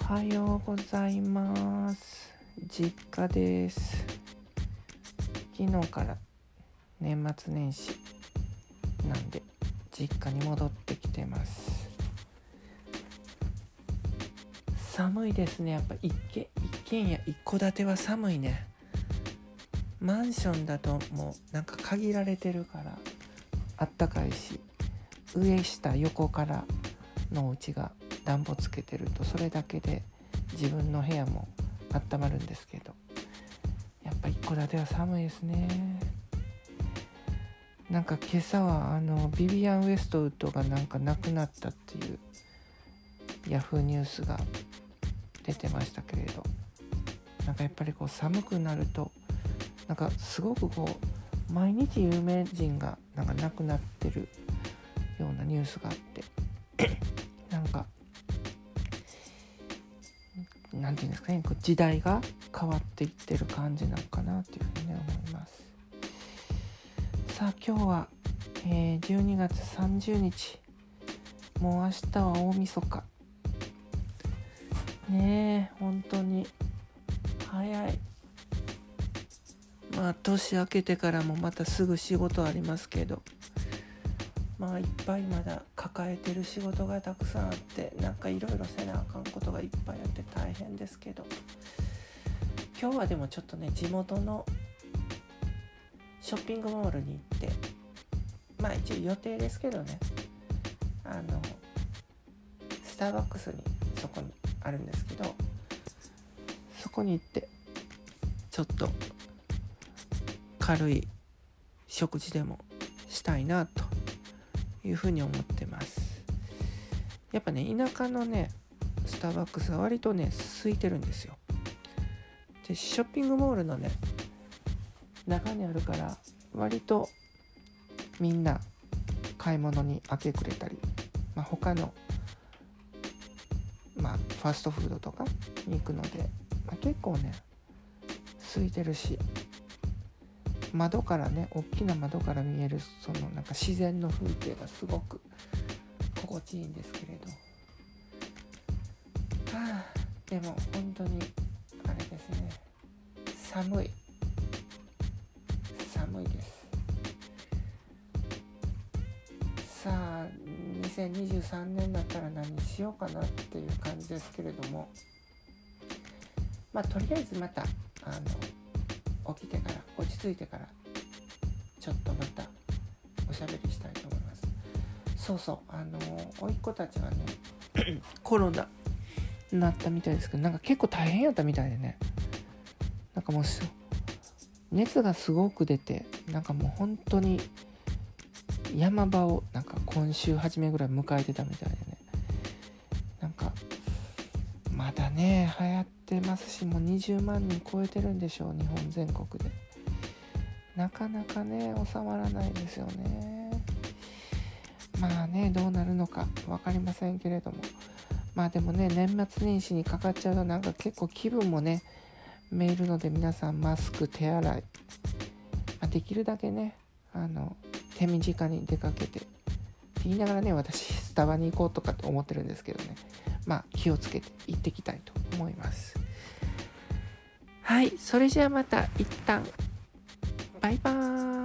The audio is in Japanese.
はようございます。実家です。昨日から年末年始なんで実家に戻ってきてます。寒いですね。やっぱ一軒家一戸建ては寒いね。マンションだともうなんか限られてるからあったかいし、上下横からのお家が暖房つけてるとそれだけで自分の部屋も温まるんですけど、やっぱ一戸建ては寒いですね。なんか今朝はビビアン・ウエストウッドがなんか亡くなったっていうヤフーニュースが出てましたけれど、なんかやっぱりこう寒くなるとなんかすごくこう毎日有名人がなんか亡くなってるようなニュースがあってなんかなんていうんですかね、時代が変わっていってる感じなのかなっていうふうに思います。さあ今日は、12月30日、もう明日は大晦日ねえ、本当に早い。まあ年明けてからもまたすぐ仕事ありますけど、まあいっぱいまだ抱えてる仕事がたくさんあって、なんかいろいろせなあかんことがいっぱいあって大変ですけど、今日はでもちょっとね、地元のショッピングモールに行って、まあ一応予定ですけどね、スターバックスにそこにあるんですけど、そこに行ってちょっと軽い食事でもしたいなというふうに思ってます。やっぱね、田舎のねスターバックスは割とね空いてるんですよ。でショッピングモールのね中にあるから割とみんな買い物に明け暮れたり、他のファストフードとかに行くので、結構ね空いてるし、窓からね、大きな窓から見えるそのなんか自然の風景がすごく心地いいんですけれど、でも本当にあれですね、寒いです。さあ2023年だったら何しようかなっていう感じですけれども、とりあえずまた起きてから落ち着いてからちょっとまたおしゃべりしたいと思います。甥っ子たちはねコロナになったみたいですけど、なんか結構大変やったみたいでね、なんかもう熱がすごく出て、なんかもう本当に山場をなんか今週初めぐらい迎えてたみたいでね、なんかまだね流行ってますし、もう20万人超えてるんでしょう、日本全国で。なかなかね収まらないですよね。どうなるのか分かりませんけれども、でもね、年末年始にかかっちゃうとなんか結構気分もねめいるので、皆さんマスク手洗い、できるだけね手短に出かけてって言いながらね、私スタバに行こうとかと思ってるんですけどね、気をつけて行ってきたいと思います。はい、それじゃあまた一旦バイバーイ。